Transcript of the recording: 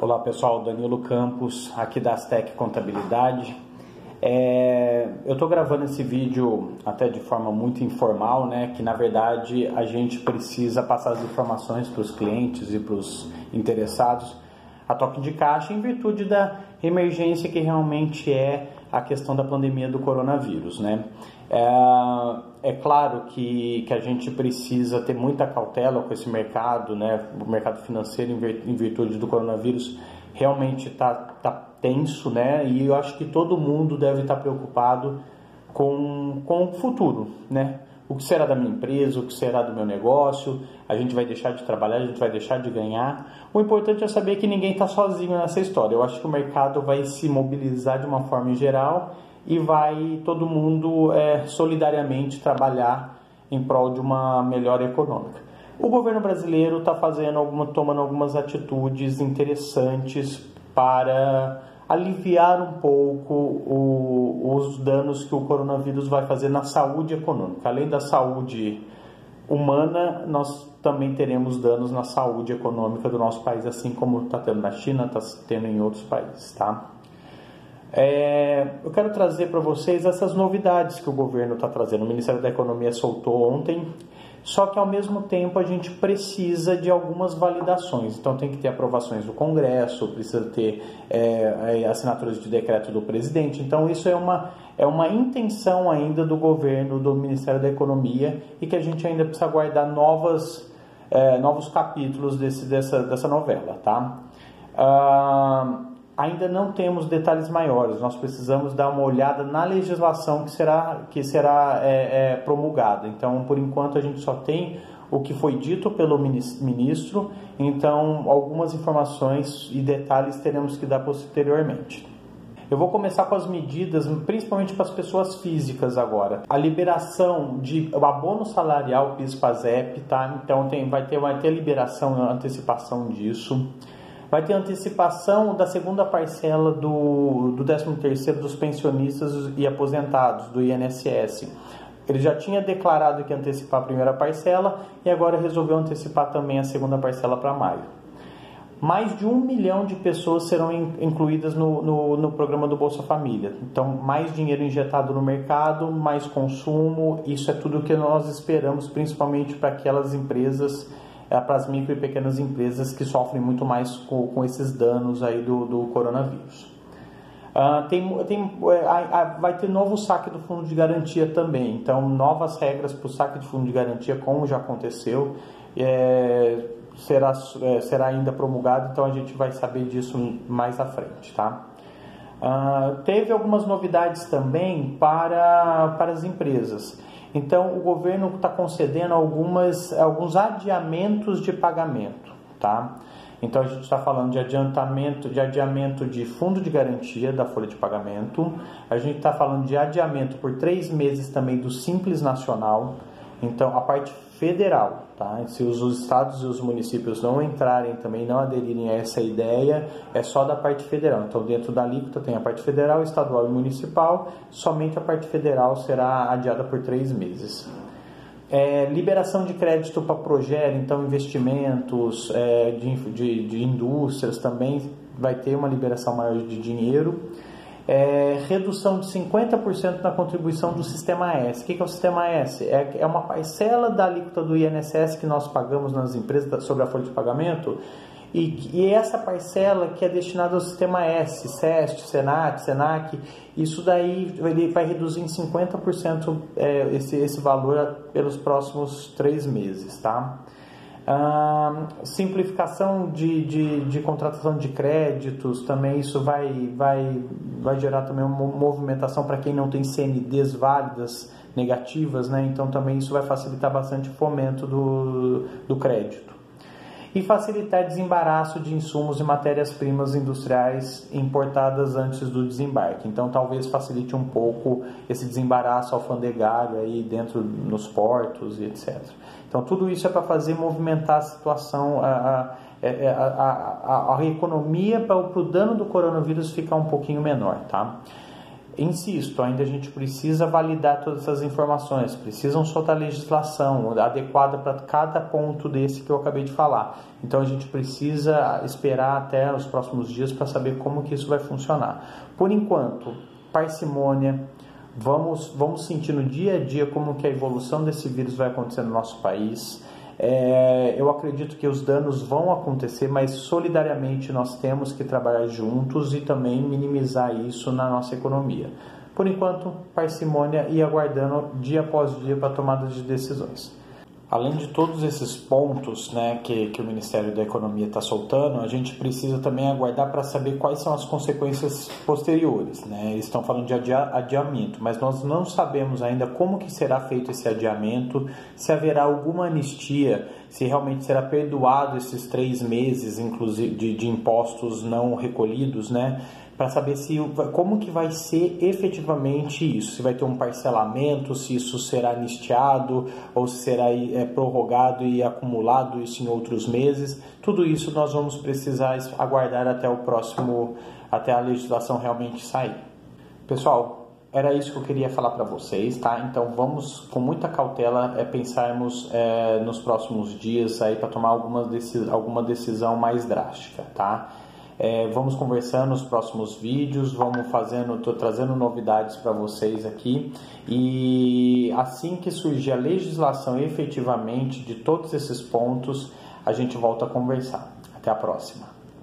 Olá pessoal, Danilo Campos, aqui da Astec Contabilidade. Eu estou gravando esse vídeo até de forma muito informal, né? Que na verdade a gente precisa passar as informações para os clientes e para os interessados a toque de caixa em virtude da emergência que realmente é a questão da pandemia do coronavírus, né? É claro que a gente precisa ter muita cautela com esse mercado, né? O mercado financeiro em virtude do coronavírus realmente tá tenso, né? E eu acho que todo mundo deve estar preocupado com o futuro, né? O que será da minha empresa, o que será do meu negócio, a gente vai deixar de trabalhar, a gente vai deixar de ganhar. O importante é saber que ninguém está sozinho nessa história. Eu acho que o mercado vai se mobilizar de uma forma em geral e vai todo mundo solidariamente trabalhar em prol de uma melhora econômica. O governo brasileiro está tomando algumas atitudes interessantes para aliviar um pouco os danos que o coronavírus vai fazer na saúde econômica. Além da saúde humana, nós também teremos danos na saúde econômica do nosso país, assim como está tendo na China, está tendo em outros países, tá? Eu quero trazer para vocês essas novidades que o governo está trazendo. O Ministério da Economia soltou ontem, só que ao mesmo tempo a gente precisa de algumas validações. Então tem que ter aprovações do Congresso, precisa ter assinaturas de decreto do presidente. Então isso é uma intenção ainda do governo, do Ministério da Economia, e que a gente ainda precisa aguardar novos capítulos dessa novela, tá? Ainda não temos detalhes maiores, nós precisamos dar uma olhada na legislação que será promulgada. Então, por enquanto, a gente só tem o que foi dito pelo ministro, então algumas informações e detalhes teremos que dar posteriormente. Eu vou começar com as medidas, principalmente para as pessoas físicas agora. A liberação de abono salarial PIS/PASEP, tá? Então vai ter liberação, antecipação disso. Vai ter antecipação da segunda parcela do 13º dos pensionistas e aposentados, do INSS. Ele já tinha declarado que ia antecipar a primeira parcela e agora resolveu antecipar também a segunda parcela para maio. Mais de 1 milhão de pessoas serão incluídas no programa do Bolsa Família. Então, mais dinheiro injetado no mercado, mais consumo, isso é tudo o que nós esperamos, principalmente para aquelas empresas, para as micro e pequenas empresas que sofrem muito mais com esses danos aí do coronavírus. Vai ter novo saque do fundo de garantia também, então novas regras para o saque de fundo de garantia, como já aconteceu, será ainda promulgado, então a gente vai saber disso mais à frente, tá? Teve algumas novidades também para as empresas. Então, o governo está concedendo alguns adiamentos de pagamento, tá? Então, a gente está falando de adiamento de fundo de garantia da folha de pagamento. A gente está falando de adiamento por 3 meses também do Simples Nacional. Então, a parte federal, tá? Se os estados e os municípios não entrarem também, não aderirem a essa ideia, é só da parte federal. Então, dentro da alíquota tem a parte federal, estadual e municipal, somente a parte federal será adiada por 3 meses. Liberação de crédito para Progera, então investimentos de indústrias também vai ter uma liberação maior de dinheiro. Redução de 50% na contribuição do Sistema S. O que é o Sistema S? É uma parcela da alíquota do INSS que nós pagamos nas empresas sobre a folha de pagamento, e essa parcela que é destinada ao Sistema S, SEST, SENAT, SENAC, isso daí ele vai reduzir em 50% esse valor pelos próximos 3 meses, tá? Simplificação de contratação de créditos, também isso vai gerar também uma movimentação para quem não tem CNDs válidas, negativas, né? Então também isso vai facilitar bastante o fomento do crédito. E facilitar desembaraço de insumos e matérias-primas industriais importadas antes do desembarque. Então talvez facilite um pouco esse desembaraço alfandegário aí dentro nos portos e etc. Então tudo isso é para fazer movimentar a situação, a economia para o dano do coronavírus ficar um pouquinho menor, tá? Insisto, ainda a gente precisa validar todas essas informações, precisam soltar legislação adequada para cada ponto desse que eu acabei de falar. Então a gente precisa esperar até os próximos dias para saber como que isso vai funcionar. Por enquanto, parcimônia, vamos sentir no dia a dia como que a evolução desse vírus vai acontecer no nosso país. Eu acredito que os danos vão acontecer, mas solidariamente nós temos que trabalhar juntos e também minimizar isso na nossa economia. Por enquanto, parcimônia e aguardando dia após dia para tomada de decisões. Além de todos esses pontos, né, que o Ministério da Economia está soltando, a gente precisa também aguardar para saber quais são as consequências posteriores, né? Eles estão falando de adiamento, mas nós não sabemos ainda como que será feito esse adiamento, se haverá alguma anistia, se realmente será perdoado esses 3 meses, inclusive, de impostos não recolhidos, né? Para saber como que vai ser efetivamente isso, se vai ter um parcelamento, se isso será anistiado ou se será prorrogado e acumulado isso em outros meses. Tudo isso nós vamos precisar aguardar até a legislação realmente sair. Pessoal, era isso que eu queria falar para vocês, tá? Então vamos com muita cautela pensarmos nos próximos dias aí para tomar alguma decisão mais drástica, tá? Vamos conversando nos próximos vídeos, estou trazendo novidades para vocês aqui, e assim que surgir a legislação efetivamente de todos esses pontos, a gente volta a conversar. Até a próxima.